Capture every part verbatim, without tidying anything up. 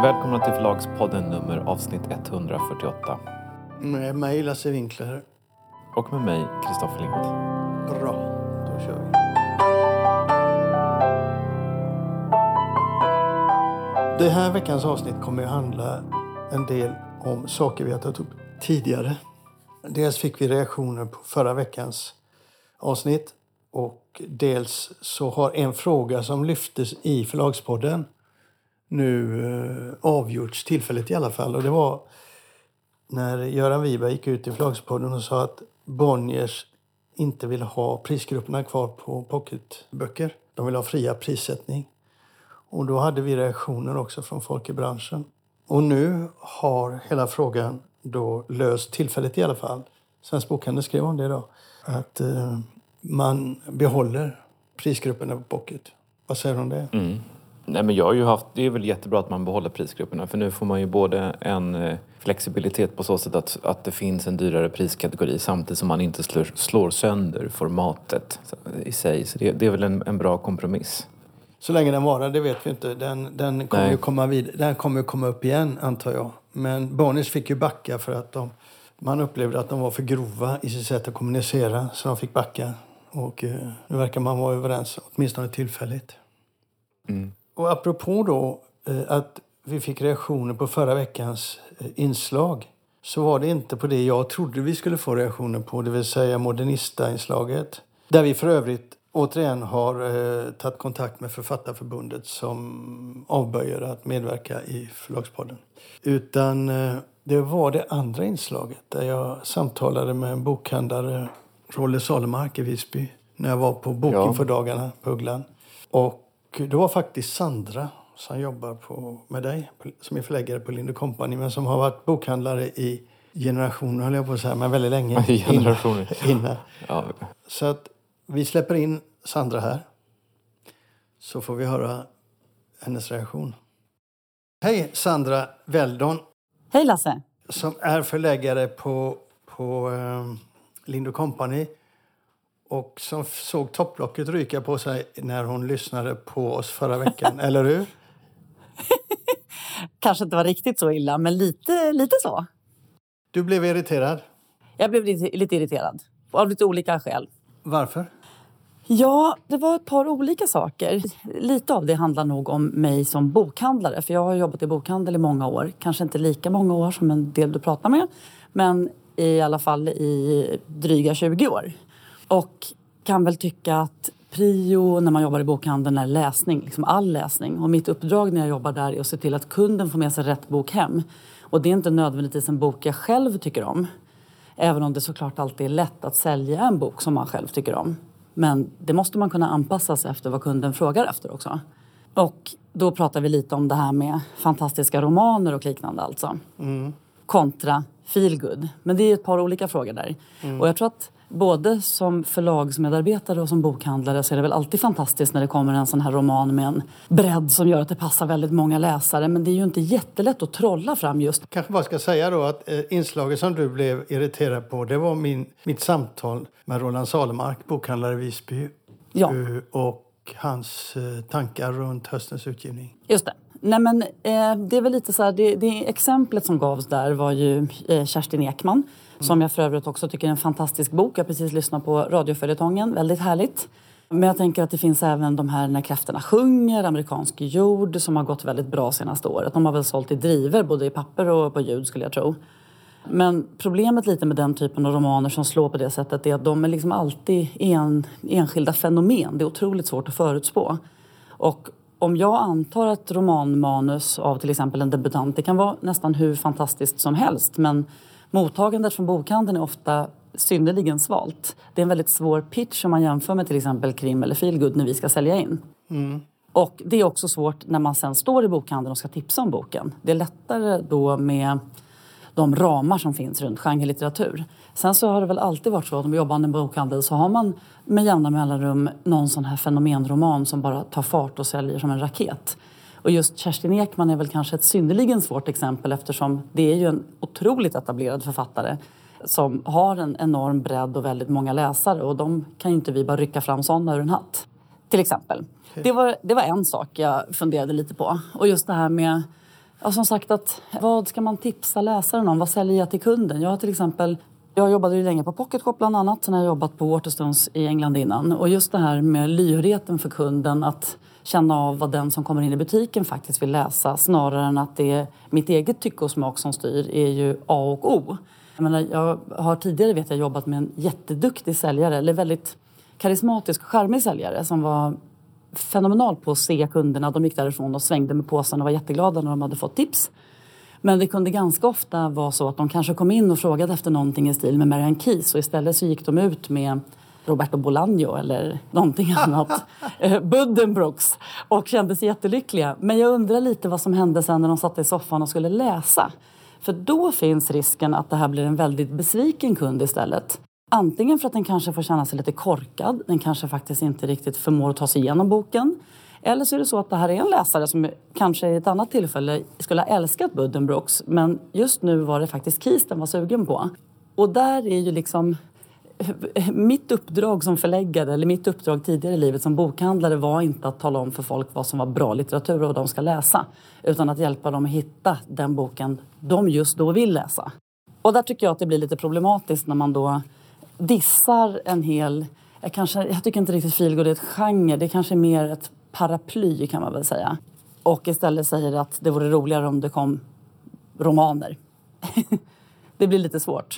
Välkomna till Förlagspodden nummer avsnitt etthundrafyrtioåtta. Med mig Lasse Winkler. Och med mig Kristoffer Lindt. Bra, då kör vi. Det här veckans avsnitt kommer att handla en del om saker vi har tagit upp tidigare. Dels fick vi reaktioner på förra veckans avsnitt. Och dels så har en fråga som lyftes i Förlagspodden nu eh, avgjorts tillfälligt i alla fall. Och det var när Göran Wiberg gick ut i Förlagspodden och sa att Bonniers inte vill ha prisgrupperna kvar på pocketböcker. De vill ha fria prissättning. Och då hade vi reaktioner också från folk i branschen. Och nu har hela frågan då löst tillfälligt i alla fall. Svensk Bokhandel skrev om det idag. Att eh, man behåller prisgrupperna på pocket. Vad säger du om det? Mm. Nej, men jag har ju haft, det är väl jättebra att man behåller prisgrupperna. För nu får man ju både en eh, flexibilitet på så sätt att, att det finns en dyrare priskategori. Samtidigt som man inte slår, slår sönder formatet i sig. Så det, det är väl en, en bra kompromiss. Så länge den varar, det vet vi inte. Den, den kommer ju komma vid, den kommer komma upp igen, antar jag. Men Bonniers fick ju backa för att de, man upplevde att de var för grova i sitt sätt att kommunicera. Så de fick backa. Och eh, nu verkar man vara överens, åtminstone tillfälligt. Mm. Och apropå då eh, att vi fick reaktioner på förra veckans eh, inslag. Så var det inte på det jag trodde vi skulle få reaktioner på. Det vill säga Modernista-inslaget. Där vi för övrigt återigen har eh, tagit kontakt med Författarförbundet som avböjer att medverka i Förlagspodden. Utan eh, det var det andra inslaget där jag samtalade med en bokhandlare, Rolle Salemark i Visby, när jag var på Bokinfördagarna på Ugglan. Och det var faktiskt Sandra som jobbar på, med dig, som är förläggare på Lind och Company, men som har varit bokhandlare i generationer, höll jag på att säga, men väldigt länge. generationer. Innan. innan. Ja. Så att vi släpper in Sandra här. Så får vi höra hennes reaktion. Hej Sandra Weldon. Hej Lasse. Som är förläggare på, på um, Lind och Company. Och som såg topplocket ryka på sig när hon lyssnade på oss förra veckan. Eller hur? Kanske inte var riktigt så illa, men lite, lite så. Du blev irriterad? Jag blev lite, lite irriterad. Av lite olika skäl. Varför? Ja, det var ett par olika saker. Lite av det handlar nog om mig som bokhandlare. För jag har jobbat i bokhandel i många år. Kanske inte lika många år som en del du pratar med. Men i alla fall i dryga tjugo år. Och kan väl tycka att prio när man jobbar i bokhandeln är läsning. Liksom all läsning. Och mitt uppdrag när jag jobbar där är att se till att kunden får med sig rätt bok hem. Och det är inte nödvändigtvis en bok jag själv tycker om. Även om det såklart alltid är lätt att sälja en bok som man själv tycker om. Men det måste man kunna anpassa sig efter vad kunden frågar efter också. Och då pratar vi lite om det här med fantastiska romaner och liknande alltså. Mm. Kontra feelgood. Men det är ett par olika frågor där. Mm. Och jag tror att både som förlagsmedarbetare och som bokhandlare så är det väl alltid fantastiskt när det kommer en sån här roman med en bredd som gör att det passar väldigt många läsare. Men det är ju inte jättelätt att trolla fram just. Kanske bara ska säga då att eh, inslaget som du blev irriterad på, det var min, mitt samtal med Roland Salemark, bokhandlare i Visby. Ja. Uh, och hans uh, tankar runt höstens utgivning. Just det. Nej men eh, det är väl lite så här, det, det exemplet som gavs där var ju eh, Kerstin Ekman. Mm. Som jag för övrigt också tycker är en fantastisk bok. Jag har precis lyssnat på radioföljetongen, väldigt härligt. Men jag tänker att det finns även de här När kräftorna sjunger, Amerikansk jord, som har gått väldigt bra senaste året. De har väl sålt i driver, både i papper och på ljud skulle jag tro. Men problemet lite med den typen av romaner som slår på det sättet är att de är liksom alltid en, enskilda fenomen. Det är otroligt svårt att förutspå. Och om jag antar ett romanmanus av till exempel en debutant, det kan vara nästan hur fantastiskt som helst. Men mottagandet från bokhandeln är ofta synnerligen svalt. Det är en väldigt svår pitch om man jämför med till exempel krim eller feelgood när vi ska sälja in. Mm. Och det är också svårt när man sen står i bokhandeln och ska tipsa om boken. Det är lättare då med de ramar som finns runt genrelitteratur. Sen så har det väl alltid varit så att om vi jobbar med bokhandel så har man med jämna mellanrum någon sån här fenomenroman som bara tar fart och säljer som en raket. Och just Kerstin Ekman är väl kanske ett synnerligen svårt exempel eftersom det är ju en otroligt etablerad författare som har en enorm bredd och väldigt många läsare. Och de kan ju inte vi bara rycka fram sådana ur en hatt. Till exempel. Okay. Det var, det var en sak jag funderade lite på. Och just det här med Ja, som sagt, att, vad ska man tipsa läsaren om? Vad säljer jag till kunden? Jag har till exempel, jag jobbade ju länge på Pocket Shop bland annat. Sen har jag jobbat på Waterstones i England innan. Och just det här med lyhördheten för kunden, att känna av vad den som kommer in i butiken faktiskt vill läsa. Snarare än att det är mitt eget tycke och smak som styr, är ju A och O. Jag menar, jag har tidigare vet jag jobbat med en jätteduktig säljare, eller väldigt karismatisk och charmig säljare som var fenomenal på att se kunderna. De gick därifrån och svängde med påsen och var jätteglada när de hade fått tips. Men det kunde ganska ofta vara så att de kanske kom in och frågade efter någonting i stil med Marianne Keyes. Och istället så gick de ut med Roberto Bolaño eller någonting annat. Buddenbrooks. Och kände sig jättelyckliga. Men jag undrar lite vad som hände sen när de satt i soffan och skulle läsa. För då finns risken att det här blir en väldigt besviken kund istället. Antingen för att den kanske får känna sig lite korkad. Den kanske faktiskt inte riktigt förmår att ta sig igenom boken. Eller så är det så att det här är en läsare som kanske i ett annat tillfälle skulle ha älskat Buddenbrooks. Men just nu var det faktiskt Keyes den var sugen på. Och där är ju liksom mitt uppdrag som förläggare, eller mitt uppdrag tidigare i livet som bokhandlare, var inte att tala om för folk vad som var bra litteratur och vad de ska läsa. Utan att hjälpa dem att hitta den boken de just då vill läsa. Och där tycker jag att det blir lite problematiskt när man då dissar en hel... Jag, kanske, jag tycker inte riktigt feelgood är ett genre. Det är kanske mer ett paraply kan man väl säga. Och istället säger att det vore roligare om det kom romaner. Det blir lite svårt.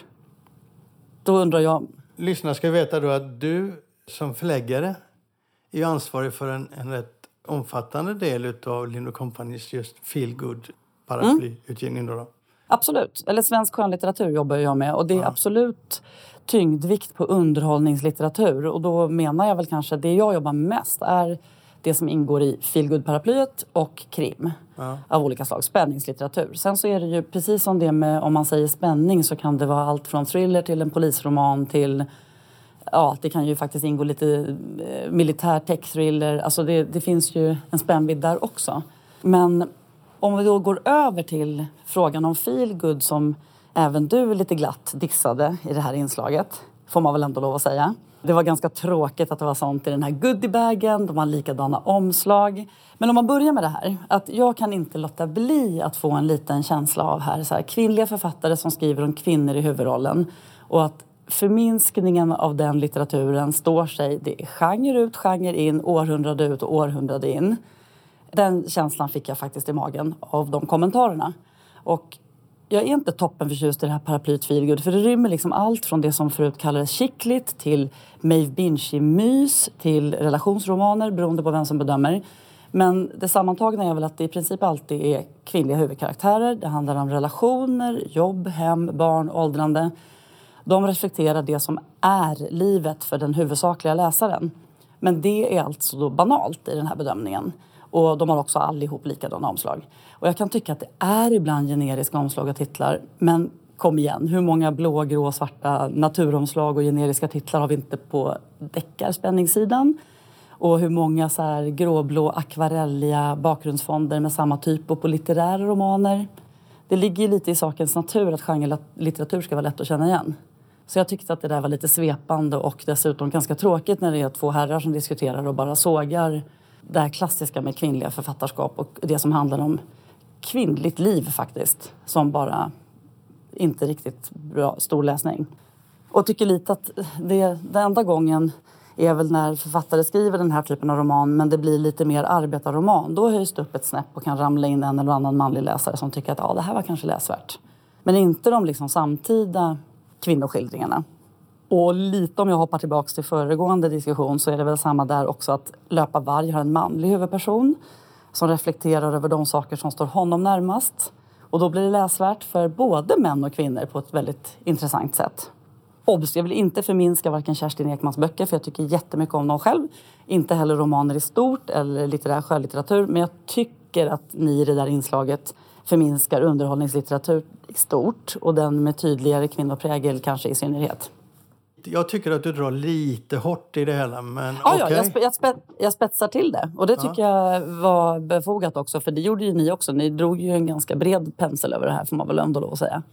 Då undrar jag... Lyssnarna ska veta då att du som förläggare är ansvarig för en, en rätt omfattande del av Lind och Companys just feelgood paraplyutgivning då, då. Absolut. Eller svensk skönlitteratur jobbar jag med. Och det är ja. absolut tyngdvikt på underhållningslitteratur. Och då menar jag väl kanske det jag jobbar mest är det som ingår i feelgood-paraplyet och krim. Ja. Av olika slag. Spänningslitteratur. Sen så är det ju precis som det med, om man säger spänning så kan det vara allt från thriller till en polisroman till... Ja, det kan ju faktiskt ingå lite eh, militär tech-thriller. Alltså det, det finns ju en spännvidd där också. Men om vi då går över till frågan om feelgood som även du lite glatt dissade i det här inslaget. Får man väl ändå lov att säga. Det var ganska tråkigt att det var sånt i den här goodiebagen. De har likadana omslag. Men om man börjar med det här. Att jag kan inte låta bli att få en liten känsla av här. Så här kvinnliga författare som skriver om kvinnor i huvudrollen. Och att förminskningen av den litteraturen står sig. Det är genre ut, genre in, århundrade ut och århundrade in. Den känslan fick jag faktiskt i magen av de kommentarerna. Och jag är inte toppen förtjust i det här paraplyt feelgood. För det rymmer liksom allt från det som förut kallades chicklit till Maeve Binchy-mys till relationsromaner beroende på vem som bedömer. Men det sammantagna är väl att det i princip alltid är kvinnliga huvudkaraktärer. Det handlar om relationer, jobb, hem, barn, åldrande. De reflekterar det som är livet för den huvudsakliga läsaren. Men det är alltså då banalt i den här bedömningen. Och de har också allihop likadana omslag. Och jag kan tycka att det är ibland generiska omslag och titlar. Men kom igen, hur många blå, grå, svarta naturomslag och generiska titlar har vi inte på deckarspänningssidan? Och hur många så här gråblå, akvarelliga bakgrundsfonder med samma typ och på litterära romaner? Det ligger ju lite i sakens natur att genre-litteratur ska vara lätt att känna igen. Så jag tyckte att det där var lite svepande och dessutom ganska tråkigt när det är två herrar som diskuterar och bara sågar det här klassiska med kvinnliga författarskap och det som handlar om kvinnligt liv faktiskt. Som bara inte riktigt bra stor läsning. Och tycker lite att det, den enda gången är väl när författare skriver den här typen av roman men det blir lite mer arbetarroman. Då höjs det upp ett snäpp och kan ramla in en eller annan manlig läsare som tycker att ja, det här var kanske läsvärt. Men inte de liksom samtida kvinnoskildringarna. Och lite om jag hoppar tillbaka till föregående diskussion så är det väl samma där också att Löpa varg har en manlig huvudperson som reflekterar över de saker som står honom närmast. Och då blir det läsvärt för både män och kvinnor på ett väldigt intressant sätt. Obs, jag vill inte förminska varken Kerstin Ekmans böcker för jag tycker jättemycket om dem själv. Inte heller romaner i stort eller litterär skönlitteratur. Men jag tycker att ni i det där inslaget förminskar underhållningslitteratur i stort. Och den med tydligare kvinnoprägel kanske i synnerhet. Jag tycker att du drar lite hårt i det hela, men ja, okej. Okay. Ja, jag, spe, jag, spe, jag spetsar till det. Och det tycker ja. jag var befogat också. För det gjorde ju ni också. Ni drog ju en ganska bred pensel över det här, får man väl ändå lov att säga.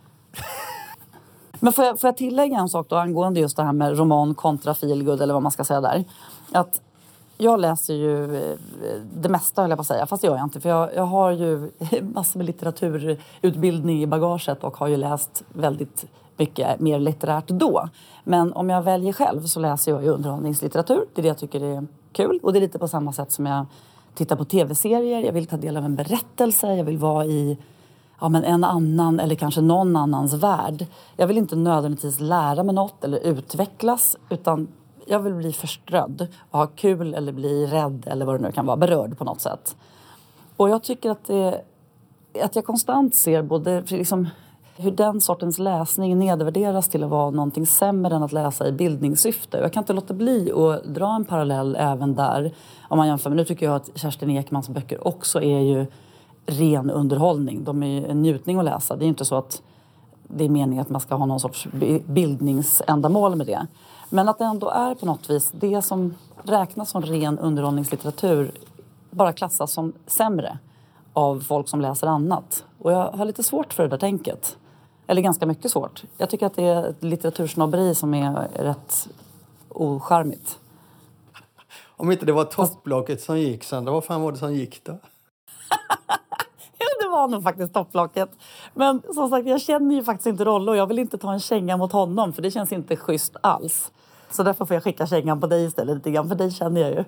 Men får jag, får jag tillägga en sak då angående just det här med roman kontra feelgood eller vad man ska säga där. Att Jag läser ju det mesta, höll jag på att säga. Fast det gör jag inte. För jag, jag har ju massor med litteraturutbildning i bagaget och har ju läst väldigt mycket mer litterärt då. Men om jag väljer själv så läser jag ju underhållningslitteratur. Det är det jag tycker är kul. Och det är lite på samma sätt som jag tittar på tv-serier. Jag vill ta del av en berättelse. Jag vill vara i ja, men en annan eller kanske någon annans värld. Jag vill inte nödvändigtvis lära mig något eller utvecklas. Utan jag vill bli förströdd och ha kul eller bli rädd eller vad det nu kan vara. Berörd på något sätt. Och jag tycker att, det, att jag konstant ser både liksom, hur den sortens läsning nedvärderas till att vara någonting sämre än att läsa i bildningssyfte. Jag kan inte låta bli att dra en parallell även där. Om man jämför, men nu tycker jag att Kerstin Ekmans böcker också är ju ren underhållning. De är ju en njutning att läsa. Det är inte så att det är meningen att man ska ha någon sorts bildningsändamål med det. Men att det ändå är på något vis det som räknas som ren underhållningslitteratur bara klassas som sämre av folk som läser annat. Och jag har lite svårt för det där tänket. Eller ganska mycket svårt. Jag tycker att det är ett litteratursnobberi som är rätt ocharmigt. Om inte det var topplocket som gick, Sandra, vad fan var det som gick då? Ja, det var nog faktiskt topplocket. Men som sagt, jag känner ju faktiskt inte Rollo och jag vill inte ta en känga mot honom för det känns inte schysst alls. Så därför får jag skicka kängan på dig istället lite grann, för dig känner jag ju.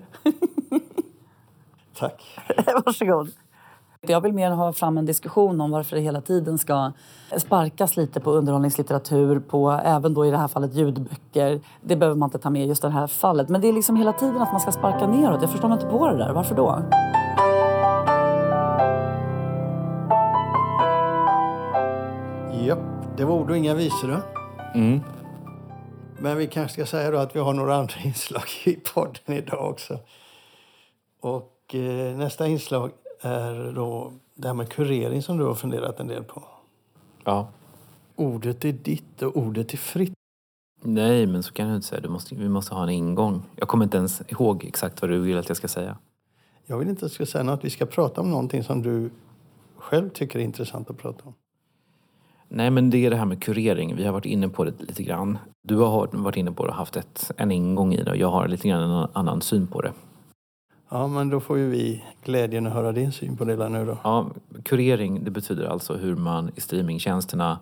Tack. Varsågod. Jag vill mer ha fram en diskussion om varför det hela tiden ska sparkas lite på underhållningslitteratur, på även då i det här fallet ljudböcker. Det behöver man inte ta med just det här fallet. Men det är liksom hela tiden att man ska sparka neråt. Jag förstår mig inte på det där. Varför då? Ja, det var ord och inga visor då. Mm. Men vi kanske ska säga då att vi har några andra inslag i podden idag också. Och eh, nästa inslag är då det här med kurering som du har funderat en del på. Ja. Ordet är ditt och ordet är fritt. Nej, men så kan jag inte säga. Du måste, vi måste ha en ingång. Jag kommer inte ens ihåg exakt vad du vill att jag ska säga. Jag vill inte att jag ska säga något. Vi ska prata om någonting som du själv tycker är intressant att prata om. Nej, men det är det här med kurering. Vi har varit inne på det lite grann. Du har varit inne på det och haft ett, en ingång i det. Och jag har lite grann en annan syn på det. Ja, men då får ju vi glädjen att höra din syn på det nu då. Ja, kurering, det betyder alltså hur man i streamingtjänsterna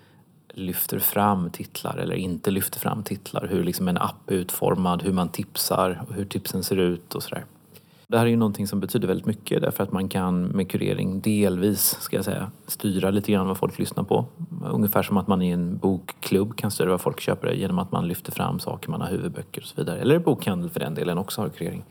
lyfter fram titlar eller inte lyfter fram titlar. Hur liksom en app är utformad, hur man tipsar och hur tipsen ser ut och sådär. Det här är ju någonting som betyder väldigt mycket därför att man kan med kurering delvis, ska jag säga, styra lite grann vad folk lyssnar på. Ungefär som att man i en bokklubb kan styra vad folk köper genom att man lyfter fram saker, man har huvudböcker och så vidare. Eller bokhandel för den delen också har kurering.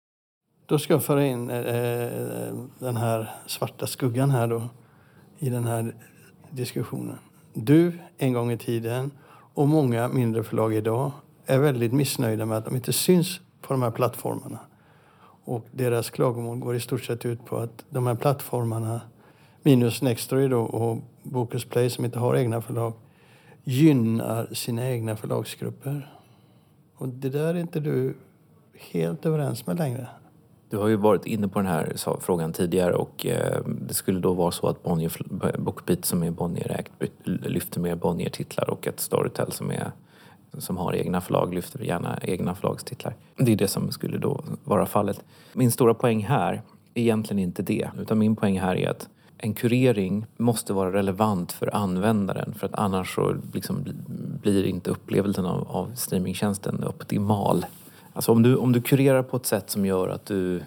Då ska jag föra in eh, den här svarta skuggan här då i den här diskussionen. Du en gång i tiden och många mindre förlag idag är väldigt missnöjda med att de inte syns på de här plattformarna. Och deras klagomål går i stort sett ut på att de här plattformarna, minus Nextory då och Bokus Play som inte har egna förlag, gynnar sina egna förlagsgrupper. Och det där är inte du helt överens med längre. Du har ju varit inne på den här frågan tidigare och eh, det skulle då vara så att Bonnier, Bookbeat som är Bonnier-ägt lyfter mer Bonnier-titlar och att Storytel som, är, som har egna förlag lyfter gärna egna förlagstitlar. Det är det som skulle då vara fallet. Min stora poäng här är egentligen inte det, utan min poäng här är att en kurering måste vara relevant för användaren för att annars så liksom blir inte upplevelsen av, av streamingtjänsten optimal. Alltså om du, om du kurerar på ett sätt som gör att du,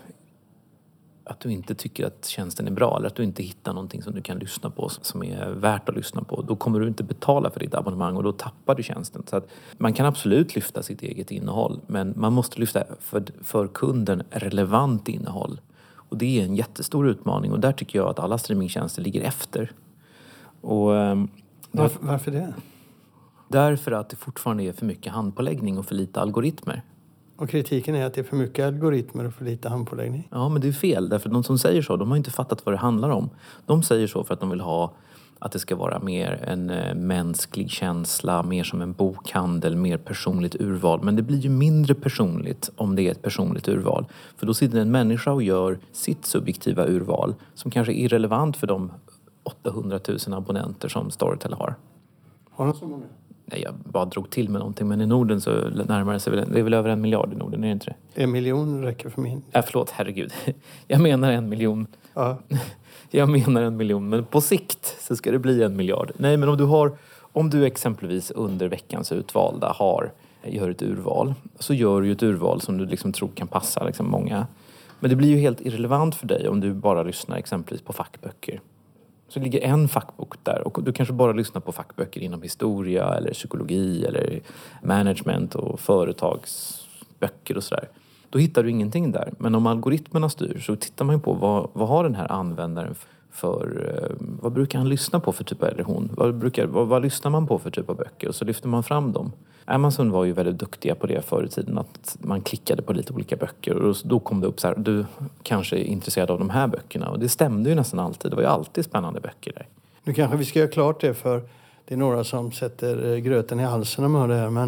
att du inte tycker att tjänsten är bra eller att du inte hittar någonting som du kan lyssna på som är värt att lyssna på, då kommer du inte betala för ditt abonnemang och då tappar du tjänsten. Så att man kan absolut lyfta sitt eget innehåll, men man måste lyfta för, för kunden relevant innehåll. Och det är en jättestor utmaning och där tycker jag att alla streamingtjänster ligger efter. Och, varför, varför det? Därför att det fortfarande är för mycket handpåläggning och för lite algoritmer. Och kritiken är att det är för mycket algoritmer och för lite handpåläggning. Ja, men det är fel. Därför att de som säger så, de har inte fattat vad det handlar om. De säger så för att de vill ha att det ska vara mer en äh, mänsklig känsla, mer som en bokhandel, mer personligt urval. Men det blir ju mindre personligt om det är ett personligt urval. För då sitter en människa och gör sitt subjektiva urval som kanske är irrelevant för de åttahundratusen abonnenter som Storytel har. Har de så många? Nej, jag bara drog till med någonting. Men i Norden så närmare sig väl, det är väl över en miljard i Norden, är det inte det? En miljon räcker för min. Äh, förlåt, herregud. Jag menar en miljon. Ja. Jag menar en miljon, men på sikt så ska det bli en miljard. Nej, men om du har, om du exempelvis under veckans utvalda har, gör ett urval, så gör du ju ett urval som du liksom tror kan passa liksom många. Men det blir ju helt irrelevant för dig om du bara lyssnar exempelvis på fackböcker. Så ligger en fackbok där och du kanske bara lyssnar på fackböcker inom historia eller psykologi eller management och företagsböcker och sådär. Då hittar du ingenting där. Men om algoritmerna styr så tittar man ju på vad, vad har den här användaren för, vad brukar han lyssna på för typ av, eller hon, vad, brukar, vad, vad lyssnar man på för typ av böcker, och så lyfter man fram dem. Amazon var ju väldigt duktiga på det förr i tiden, att man klickade på lite olika böcker och då kom det upp så här, du kanske är intresserad av de här böckerna, och det stämde ju nästan alltid, det var ju alltid spännande böcker där. Nu kanske vi ska göra klart det, för det är några som sätter gröten i halsen om man hör det här, men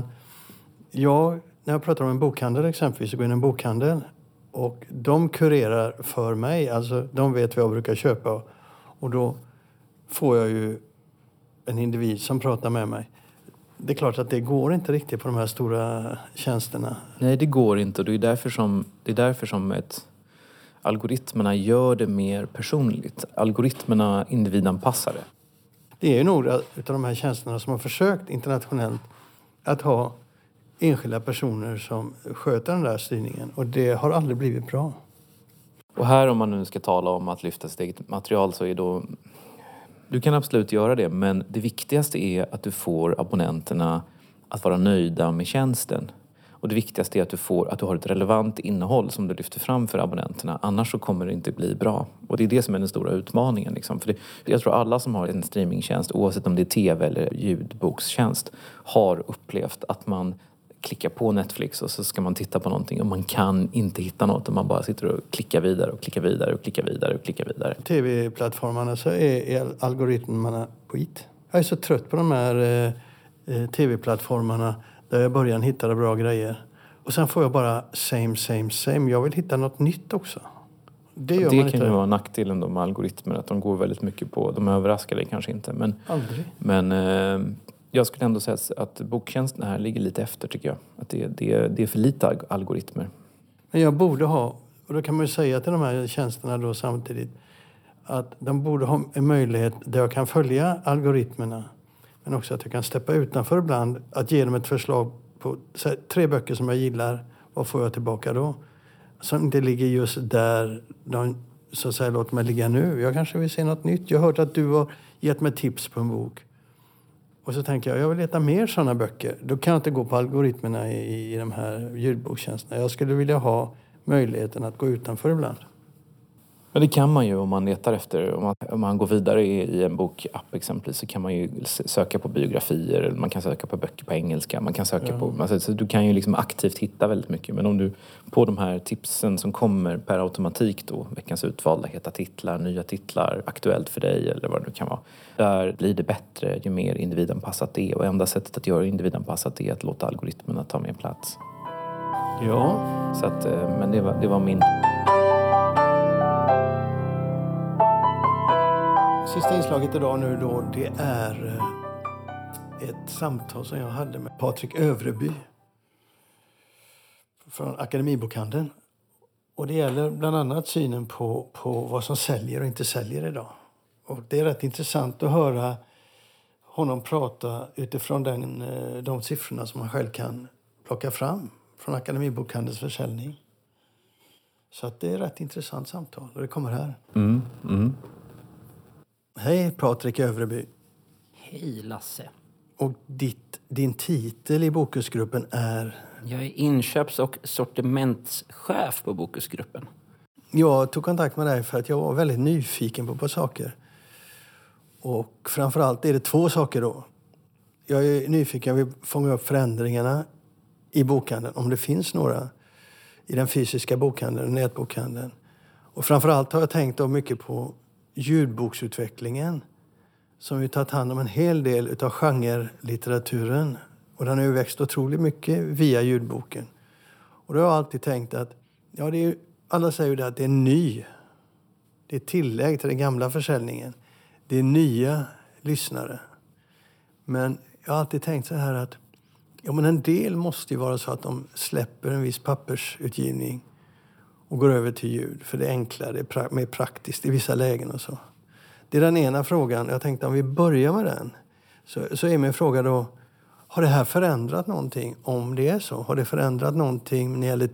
jag, när jag pratar om en bokhandel exempelvis, så går jag in i en bokhandel och de kurerar för mig, alltså de vet vad jag brukar köpa, och då får jag ju en individ som pratar med mig. Det är klart att det går inte riktigt på de här stora tjänsterna. Nej, det går inte, och det är därför som, det är därför som ett, algoritmerna gör det mer personligt. Algoritmerna individanpassar det. Det är ju några av de här tjänsterna som har försökt internationellt att ha enskilda personer som sköter den där styrningen, och det har aldrig blivit bra. Och här, om man nu ska tala om att lyfta sitt eget material, så är då, du kan absolut göra det, men det viktigaste är att du får abonnenterna att vara nöjda med tjänsten. Och det viktigaste är att du får, att du har ett relevant innehåll som du lyfter fram för abonnenterna. Annars så kommer det inte bli bra. Och det är det som är den stora utmaningen. Liksom. För det, jag tror alla som har en streamingtjänst, oavsett om det är tv eller ljudbokstjänst, har upplevt att man klickar på Netflix och så ska man titta på någonting och man kan inte hitta något, och man bara sitter och klickar vidare och klickar vidare och klickar vidare och klickar vidare. Tv-plattformarna så är, är algoritmerna skit. Jag är så trött på de här eh, tv-plattformarna där jag börjar hitta bra grejer. Och sen får jag bara same, same, same. Jag vill hitta något nytt också. Det, gör det man kan inte. ju vara nackdelen med algoritmer, att de går väldigt mycket på, de överraskar dig kanske inte. Men, Aldrig. Men eh, jag skulle ändå säga att boktjänsten här ligger lite efter, tycker jag. Att det, det, det är för lite algoritmer. Men jag borde ha, och då kan man ju säga till de här tjänsterna då samtidigt, att de borde ha en möjlighet där jag kan följa algoritmerna, men också att jag kan steppa utanför ibland, att ge dem ett förslag på så här, tre böcker som jag gillar, vad får jag tillbaka då? Som inte ligger just där de så att säga låter mig ligga nu. Jag kanske vill se något nytt. Jag har hört att du har gett mig tips på en bok. Och så tänker jag, jag vill leta mer sådana böcker. Då kan jag inte gå på algoritmerna i, i de här ljudbokstjänsterna. Jag skulle vilja ha möjligheten att gå utanför ibland. Men det kan man ju om man letar efter, om man, om man går vidare i, i en bokapp exempelvis, så kan man ju söka på biografier, eller man kan söka på böcker på engelska, man kan söka ja. på, alltså, så du kan ju liksom aktivt hitta väldigt mycket. Men om du på de här tipsen som kommer per automatik då, veckans utvalda, heta titlar, nya titlar, aktuellt för dig eller vad det nu kan vara, där blir det bättre ju mer individanpassat det är, och enda sättet att göra individanpassat är att låta algoritmerna ta mer plats. Ja. Så att, men det var, det var min... Sista inslaget idag nu då, det är ett samtal som jag hade med Patrik Övreby från Akademibokhandeln. Och det gäller bland annat synen på, på vad som säljer och inte säljer idag. Och det är rätt intressant att höra honom prata utifrån den, de siffrorna som man själv kan plocka fram från Akademibokhandelns försäljning. Så att det är ett rätt intressant samtal, och det kommer här. Mm, mm. Hej Patrik Övreby. Hej Lasse. Och ditt, din titel i Bokusgruppen är? Jag är inköps- och sortimentschef på Bokusgruppen. Jag tog kontakt med dig för att jag var väldigt nyfiken på ett par saker. Och framförallt är det två saker då. Jag är nyfiken, jag vill fånga upp förändringarna i bokhandeln, om det finns några i den fysiska bokhandeln, nätbokhandeln. Och framförallt har jag tänkt då mycket på ljudboksutvecklingen, som ju tagit hand om en hel del utav genrelitteraturen, och den har ju växt otroligt mycket via ljudboken. Och då har jag alltid tänkt att ja, det är, alla säger ju det, att det är ny, det är tillägg till den gamla försäljningen, det är nya lyssnare. Men jag har alltid tänkt så här att ja, men en del måste ju vara så att de släpper en viss pappersutgivning och går över till ljud. För det är enklare, det är pra- mer praktiskt i vissa lägen och så. Det är den ena frågan. Jag tänkte om vi börjar med den. Så, så är min fråga då, har det här förändrat någonting? Om det är så, har det förändrat någonting när det gäller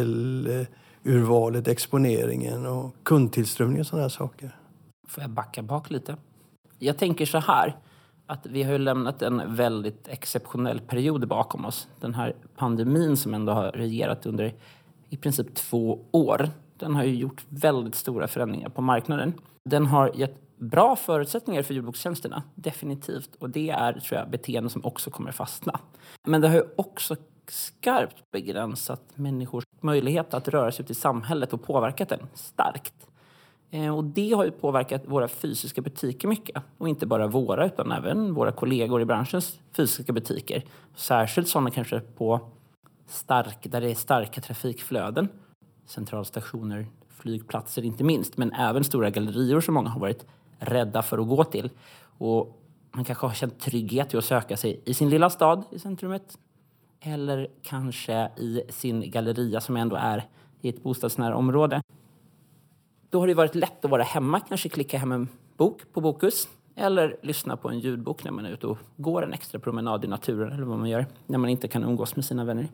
titelurvalet, exponeringen och kundtillströmning och sådana här saker? Får jag backa bak lite? Jag tänker så här, att vi har ju lämnat en väldigt exceptionell period bakom oss. Den här pandemin som ändå har regerat under i princip två år. Den har ju gjort väldigt stora förändringar på marknaden. Den har gett bra förutsättningar för ljudbokstjänsterna, definitivt. Och det är, tror jag, beteenden som också kommer fastna. Men det har ju också skarpt begränsat människors möjlighet att röra sig ut i samhället och påverkat den starkt. Och det har ju påverkat våra fysiska butiker mycket. Och inte bara våra, utan även våra kollegor i branschens fysiska butiker. Särskilt sådana kanske på stark, där det är starka trafikflöden. Centralstationer, flygplatser inte minst. Men även stora gallerior som många har varit rädda för att gå till. Och man kanske har känt trygghet i att söka sig i sin lilla stad i centrumet. Eller kanske i sin galleria som ändå är i ett bostadsnära område. Då har det varit lätt att vara hemma, kanske klicka hem en bok på Bokus. Eller lyssna på en ljudbok när man är ute och går en extra promenad i naturen. Eller vad man gör när man inte kan umgås med sina vänner.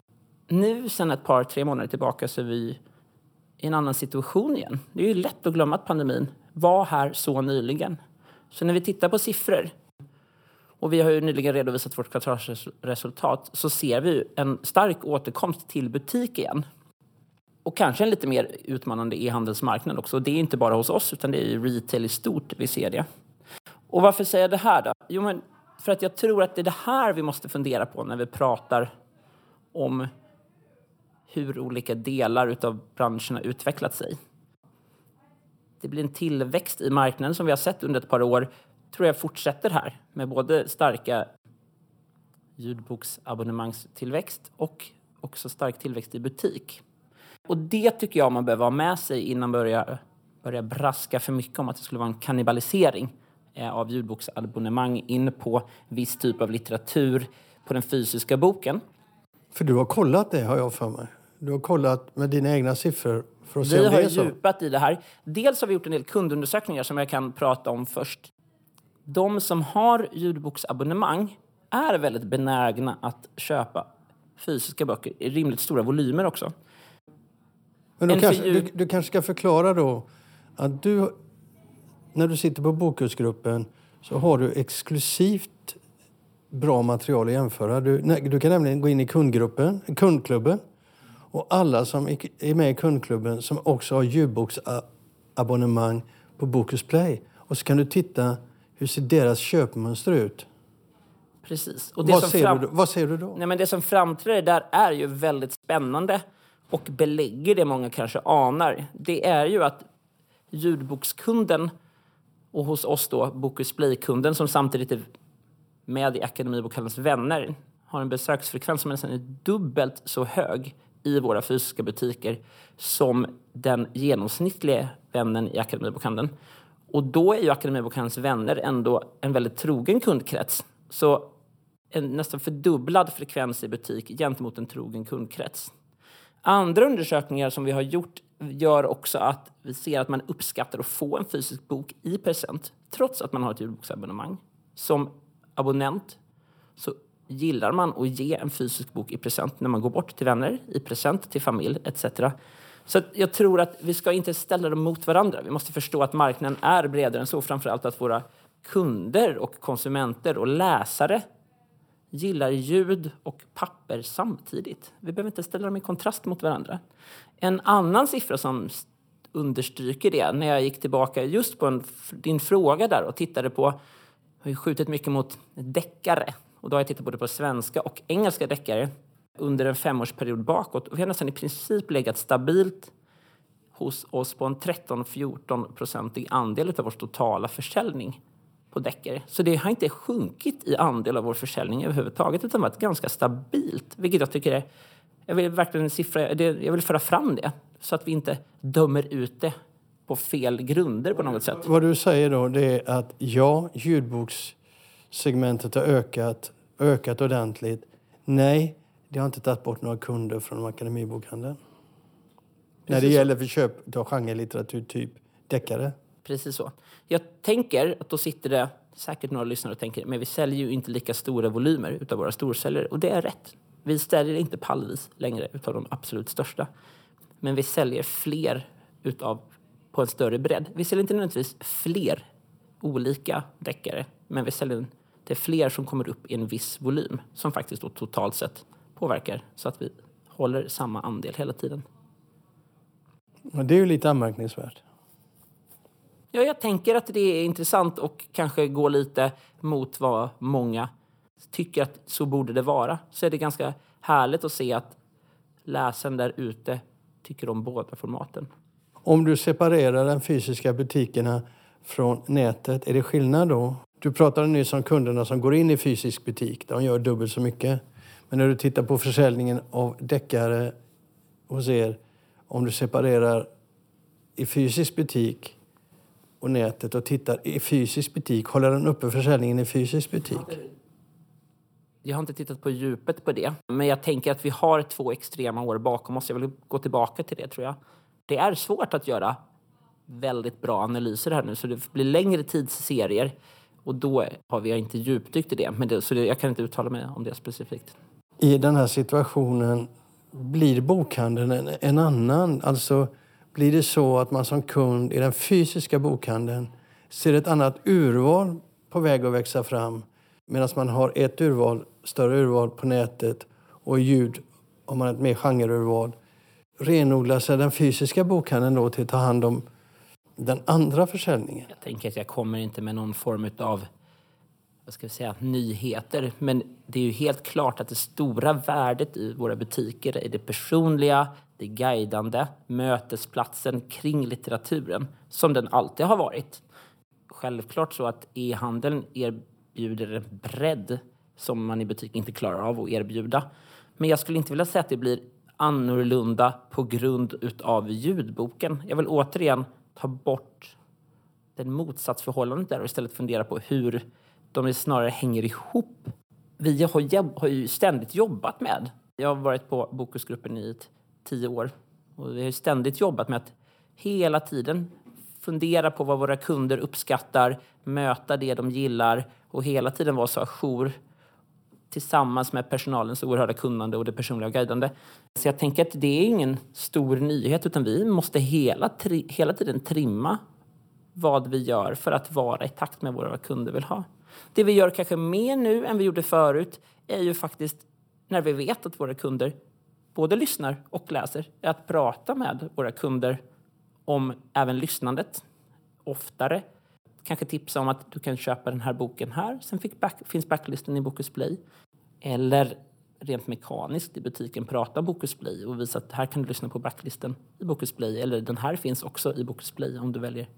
Nu sedan ett par, tre månader tillbaka så är vi i en annan situation igen. Det är ju lätt att glömma att pandemin var här så nyligen. Så när vi tittar på siffror, och vi har ju nyligen redovisat vårt kvartalsresultat, så ser vi en stark återkomst till butik igen. Och kanske en lite mer utmanande e-handelsmarknad också. Och det är inte bara hos oss, utan det är ju retail i stort vi ser det. Och varför säger jag det här då? Jo, men för att jag tror att det är det här vi måste fundera på när vi pratar om hur olika delar av branscherna utvecklat sig. Det blir en tillväxt i marknaden som vi har sett under ett par år, tror jag fortsätter här. Med både starka ljudboksabonnemangstillväxt och också stark tillväxt i butik. Och det tycker jag man behöver ha med sig innan man börjar, börjar braska för mycket om att det skulle vara en kannibalisering av ljudboksabonnemang in på viss typ av litteratur på den fysiska boken. För du har kollat det, har jag för mig. Du har kollat med dina egna siffror för att se vi om det är så. Vi har djupat i det här. Dels har vi gjort en del kundundersökningar som jag kan prata om först. De som har ljudboksabonnemang är väldigt benägna att köpa fysiska böcker i rimligt stora volymer också. Men då kanske, du, du kanske ska förklara då att du, när du sitter på Bokusgruppen så har du exklusivt bra material att jämföra. Du, du kan nämligen gå in i kundgruppen, kundklubben, och alla som är med i kundklubben som också har ljudboksabonnemang på Bokus Play. Och så kan du titta hur ser deras köpmönster ut. Precis. Och det vad, som ser fram... du, vad ser du då? Nej, men det som framträder där är ju väldigt spännande och belägger det många kanske anar. Det är ju att ljudbokskunden och hos oss då Bokus Play-kunden som samtidigt är med i Akademibokhandelns vänner har en besöksfrekvens som nästan är dubbelt så hög i våra fysiska butiker som den genomsnittliga vännen i Akademibokhandeln. Och då är ju Akademibokhandelns vänner ändå en väldigt trogen kundkrets. Så en nästan fördubblad frekvens i butik gentemot en trogen kundkrets. Andra undersökningar som vi har gjort gör också att vi ser att man uppskattar att få en fysisk bok i present trots att man har ett ljudboksabonnemang. Som abonnent så gillar man att ge en fysisk bok i present när man går bort till vänner, i present till familj et cetera. Så jag tror att vi ska inte ställa dem mot varandra. Vi måste förstå att marknaden är bredare än så. Framförallt att våra kunder och konsumenter och läsare gillar ljud och papper samtidigt. Vi behöver inte ställa dem i kontrast mot varandra. En annan siffra som understryker det, när jag gick tillbaka just på en, din fråga där och tittade på, har ju skjutit mycket mot deckare. Och då har jag tittat både på svenska och engelska deckare under en femårsperiod bakåt. Och vi har nästan i princip legat stabilt hos oss på en tretton till fjorton procentig andel av vår totala försäljning på deckare. Så det har inte sjunkit i andel av vår försäljning överhuvudtaget utan varit ganska stabilt. Vilket jag tycker är, jag vill verkligen siffra, det, jag vill föra fram det så att vi inte dömer ut det på fel grunder på något sätt. Vad du säger då det är att ja, ljudboks segmentet har ökat, ökat ordentligt. Nej, det har inte tagit bort några kunder från akademibokhandeln. När det gäller för köp av genrelitteratur typ deckare. Precis så. Jag tänker att då sitter det säkert några lyssnare och tänker men vi säljer ju inte lika stora volymer utav våra storsäljare. Och det är rätt. Vi säljer inte pallvis längre utav de absolut största. Men vi säljer fler utav på en större bredd. Vi säljer inte nödvändigtvis fler olika deckare. Men vi säljer det är fler som kommer upp i en viss volym. Som faktiskt då totalt sett påverkar så att vi håller samma andel hela tiden. Och det är ju lite anmärkningsvärt. Ja, jag tänker att det är intressant och kanske går lite mot vad många tycker att så borde det vara. Så är det ganska härligt att se att läsaren där ute tycker om båda formaten. Om du separerar de fysiska butikerna från nätet, är det skillnad då? Du pratade nyss om kunderna som går in i fysisk butik. De gör dubbelt så mycket. Men när du tittar på försäljningen av deckare hos er, om du separerar i fysisk butik och nätet och tittar i fysisk butik, håller den uppe försäljningen i fysisk butik? Jag har inte tittat på djupet på det. Men jag tänker att vi har två extrema år bakom oss. Jag vill gå tillbaka till det, tror jag. Det är svårt att göra väldigt bra analyser här nu. Så det blir längre tidsserier. Och då har vi inte djupdykt i det. Men det, så det, jag kan inte uttala mig om det specifikt. I den här situationen blir bokhandeln en, en annan. Alltså blir det så att man som kund i den fysiska bokhandeln ser ett annat urval på väg att växa fram. Medan man har ett urval, större urval på nätet och ljud om man har ett mer genreurval. Renodlar sig den fysiska bokhandeln då till att ta hand om den andra försäljningen? Jag tänker att jag kommer inte med någon form av, vad ska vi säga, nyheter. Men det är ju helt klart att det stora värdet i våra butiker är det personliga, det guidande, mötesplatsen kring litteraturen. Som den alltid har varit. Självklart så att e-handeln erbjuder en bredd som man i butik inte klarar av att erbjuda. Men jag skulle inte vilja säga att det blir annorlunda på grund utav ljudboken. Jag vill återigen ta bort den motsatsförhållandet där och istället fundera på hur de snarare hänger ihop. Vi har, jobb, har ju ständigt jobbat med. Jag har varit på Bokusgruppen i tio år. Och vi har ständigt jobbat med att hela tiden fundera på vad våra kunder uppskattar, möta det de gillar och hela tiden vara så ajour tillsammans med personalens oerhörda kunnande och det personliga guidande. Så jag tänker att det är ingen stor nyhet utan vi måste hela, tri- hela tiden trimma vad vi gör för att vara i takt med vad våra kunder vill ha. Det vi gör kanske mer nu än vi gjorde förut är ju faktiskt när vi vet att våra kunder både lyssnar och läser är att prata med våra kunder om även lyssnandet oftare. Kanske tipsa om att du kan köpa den här boken här. Sen fick back, finns backlisten i Bokus Play. Eller rent mekaniskt i butiken prata om Bokus Play och visa att här kan du lyssna på backlisten i Bokus Play. Eller den här finns också i Bokus Play om du väljer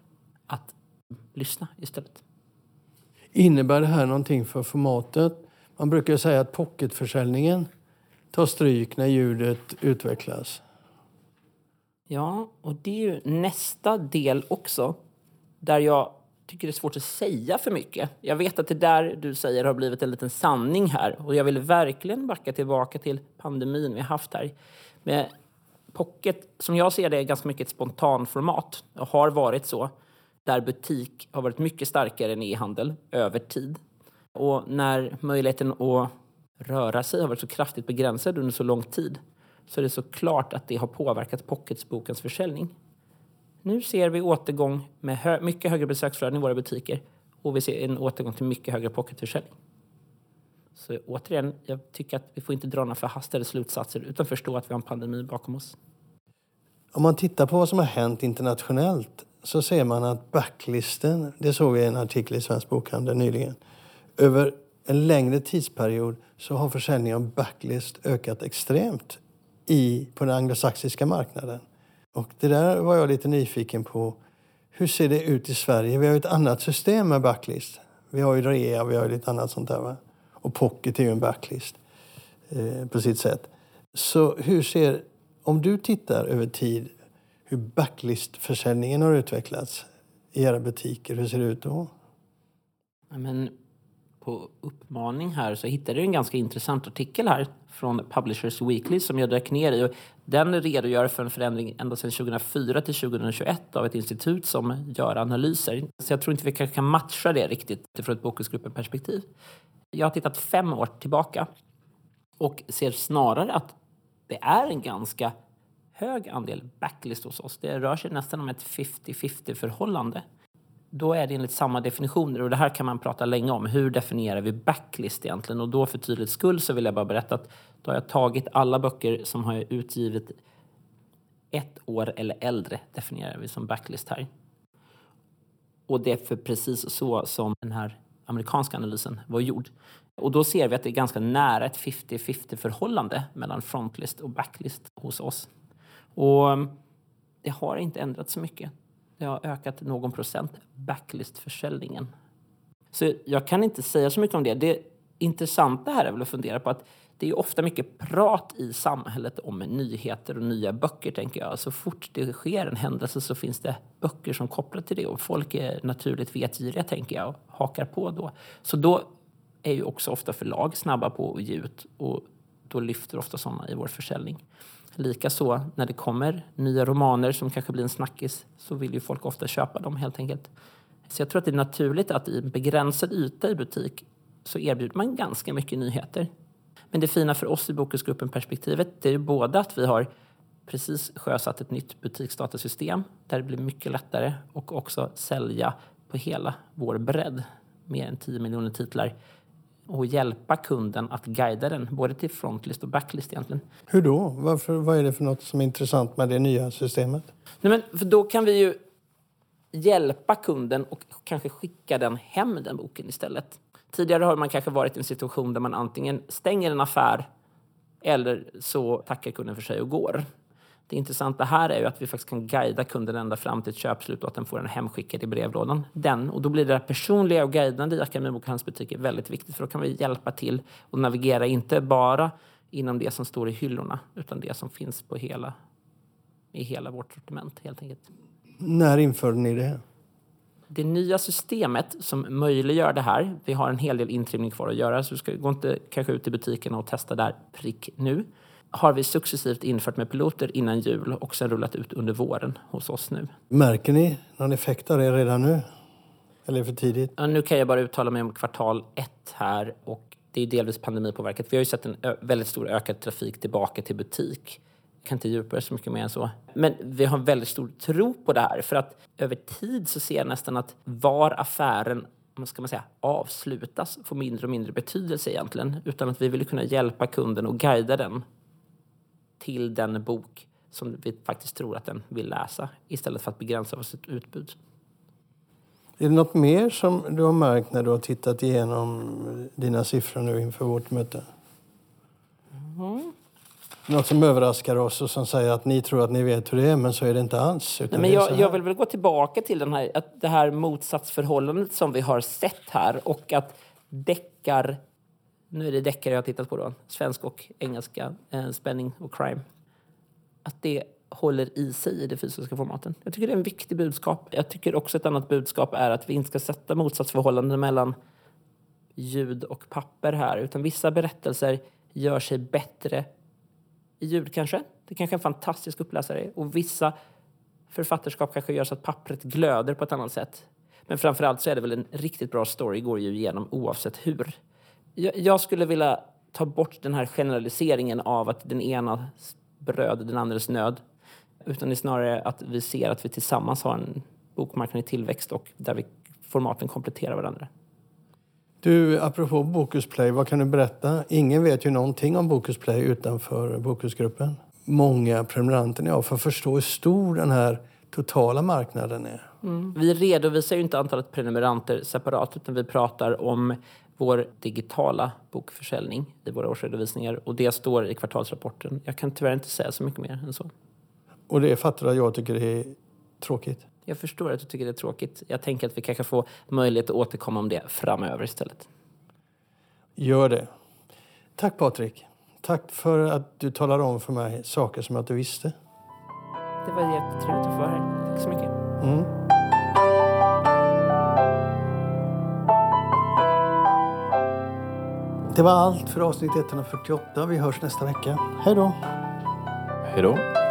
att lyssna istället. Innebär det här någonting för formatet? Man brukar säga att pocketförsäljningen tar stryk när ljudet utvecklas. Ja, och det är ju nästa del också där jag tycker det är svårt att säga för mycket. Jag vet att det där du säger har blivit en liten sanning här. Och jag vill verkligen backa tillbaka till pandemin vi har haft här. Med pocket, som jag ser det, är ganska mycket ett spontanformat. Och har varit så. Där butik har varit mycket starkare än e-handel över tid. Och när möjligheten att röra sig har varit så kraftigt begränsad under så lång tid. Så är det så klart att det har påverkat Pocketsbokens försäljning. Nu ser vi återgång med hö- mycket högre besöksflöden i våra butiker. Och vi ser en återgång till mycket högre pocketförsäljning. Så återigen, jag tycker att vi får inte dra några förhastade slutsatser utan förstå att vi har en pandemi bakom oss. Om man tittar på vad som har hänt internationellt så ser man att backlisten, det såg vi i en artikel i Svensk Bokhandel nyligen. Över en längre tidsperiod så har försäljningen av backlist ökat extremt i, på den anglosaxiska marknaden. Och det där var jag lite nyfiken på. Hur ser det ut i Sverige? Vi har ju ett annat system med backlist. Vi har ju rea, vi har ju lite annat sånt där, va? Och pocket är ju en backlist eh, på sitt sätt. Så hur ser, om du tittar över tid, hur backlistförsäljningen har utvecklats i era butiker, hur ser det ut då? Men på uppmaning här så hittade jag en ganska intressant artikel här från Publishers Weekly som jag dök ner i. Och den redogör för en förändring ända sedan tjugohundrafyra till tjugohundratjugoett av ett institut som gör analyser. Så jag tror inte vi kan, kan matcha det riktigt från ett Bokusgruppen-perspektiv. Jag har tittat fem år tillbaka och ser snarare att det är en ganska hög andel backlist hos oss. Det rör sig nästan om ett femtio femtio-förhållande. Då är det enligt samma definitioner, och det här kan man prata länge om. Hur definierar vi backlist egentligen? Och då för tydligt skull så vill jag bara berätta att då har jag tagit alla böcker som har utgivit ett år eller äldre definierar vi som backlist här. Och det är för precis så som den här amerikanska analysen var gjord. Och då ser vi att det är ganska nära ett femtio femtio-förhållande mellan frontlist och backlist hos oss. Och det har inte ändrats så mycket. Det har ökat någon procent backlist-försäljningen. Så jag kan inte säga så mycket om det. Det intressanta här är väl att fundera på att det är ofta mycket prat i samhället om nyheter och nya böcker, tänker jag. Så fort det sker en händelse så finns det böcker som kopplar till det. Och folk är naturligt vetgiriga, tänker jag, och hakar på då. Så då är ju också ofta förlag snabba på att ge ut. Och då lyfter ofta sådana i vår försäljning. Likaså när det kommer nya romaner som kanske blir en snackis så vill ju folk ofta köpa dem helt enkelt. Så jag tror att det är naturligt att i en begränsad yta i butik så erbjuder man ganska mycket nyheter. Men det fina för oss i Bokusgruppen-perspektivet det är ju både att vi har precis sjösatt ett nytt butiksdatasystem där det blir mycket lättare och också sälja på hela vår bredd, mer än tio miljoner titlar, och hjälpa kunden att guida den både till frontlist och backlist egentligen. Hur då? Varför, vad är det för något som är intressant med det nya systemet? Nej, men för då kan vi ju hjälpa kunden och kanske skicka den hem den boken istället. Tidigare har man kanske varit i en situation där man antingen stänger en affär eller så tackar kunden för sig och går. Det intressanta här är ju att vi faktiskt kan guida kunden ända fram till ett köpslut och att den får den hemskickad i brevlådan. Den, och då blir det där personliga och guidande i Akademibokhandelns butiker väldigt viktigt, för då kan vi hjälpa till och navigera inte bara inom det som står i hyllorna utan det som finns på hela, i hela vårt sortiment helt enkelt. När införde ni det? Det nya systemet som möjliggör det här, vi har en hel del intrimning kvar att göra så vi ska gå inte kanske ut i butiken och testa där prick nu. Har vi successivt infört med piloter innan jul och sen rullat ut under våren hos oss nu. Märker ni någon effekt av det redan nu? Eller för tidigt? Ja, nu kan jag bara uttala mig om kvartal ett här och det är delvis pandemipåverkat. Vi har ju sett en ö- väldigt stor ökad trafik tillbaka till butik. Jag kan inte djupa så mycket mer än så. Men vi har väldigt stor tro på det här för att över tid så ser jag nästan att var affären vad ska man säga, avslutas får mindre och mindre betydelse egentligen. Utan att vi vill kunna hjälpa kunden och guida den till den bok som vi faktiskt tror att den vill läsa istället för att begränsa sitt utbud. Är det något mer som du har märkt när du har tittat igenom dina siffror nu inför vårt möte? Mm. Något som överraskar oss och som säger att ni tror att ni vet hur det är men så är det inte alls. Nej, men jag, jag vill väl gå tillbaka till den här, att det här motsatsförhållandet som vi har sett här och att deckar, nu är det deckare jag har tittat på då, svensk och engelska, eh, spänning och crime, att det håller i sig i det fysiska formaten. Jag tycker det är en viktig budskap. Jag tycker också ett annat budskap är att vi inte ska sätta motsatsförhållanden mellan ljud och papper här, utan vissa berättelser gör sig bättre i ljud kanske. Det kanske är en fantastisk uppläsare. Och vissa författarskap kanske gör så att pappret glöder på ett annat sätt. Men framförallt så är det väl en riktigt bra story går ju igenom oavsett hur. Jag, jag skulle vilja ta bort den här generaliseringen av att den ena bröd, den andres nöd. Utan det är snarare att vi ser att vi tillsammans har en bokmarknad i tillväxt och där vi, formaten kompletterar varandra. Du, apropå Bokusplay, vad kan du berätta? Ingen vet ju någonting om Bokusplay utanför Bokusgruppen. Många prenumeranter ni har för att förstå hur stor den här totala marknaden är. Mm. Vi redovisar ju inte antalet prenumeranter separat utan vi pratar om vår digitala bokförsäljning i våra årsredovisningar och det står i kvartalsrapporten. Jag kan tyvärr inte säga så mycket mer än så. Och det fattar att jag tycker det är tråkigt. Jag förstår att du tycker det är tråkigt. Jag tänker att vi kanske får möjlighet att återkomma om det framöver istället. Gör det. Tack Patrik. Tack för att du talar om för mig saker som jag inte visste. Det var jättetrevligt att få vara här. Tack så mycket. Mm. Det var allt för avsnitt etthundrafyrtioåtta. Vi hörs nästa vecka. Hej då! Hej då!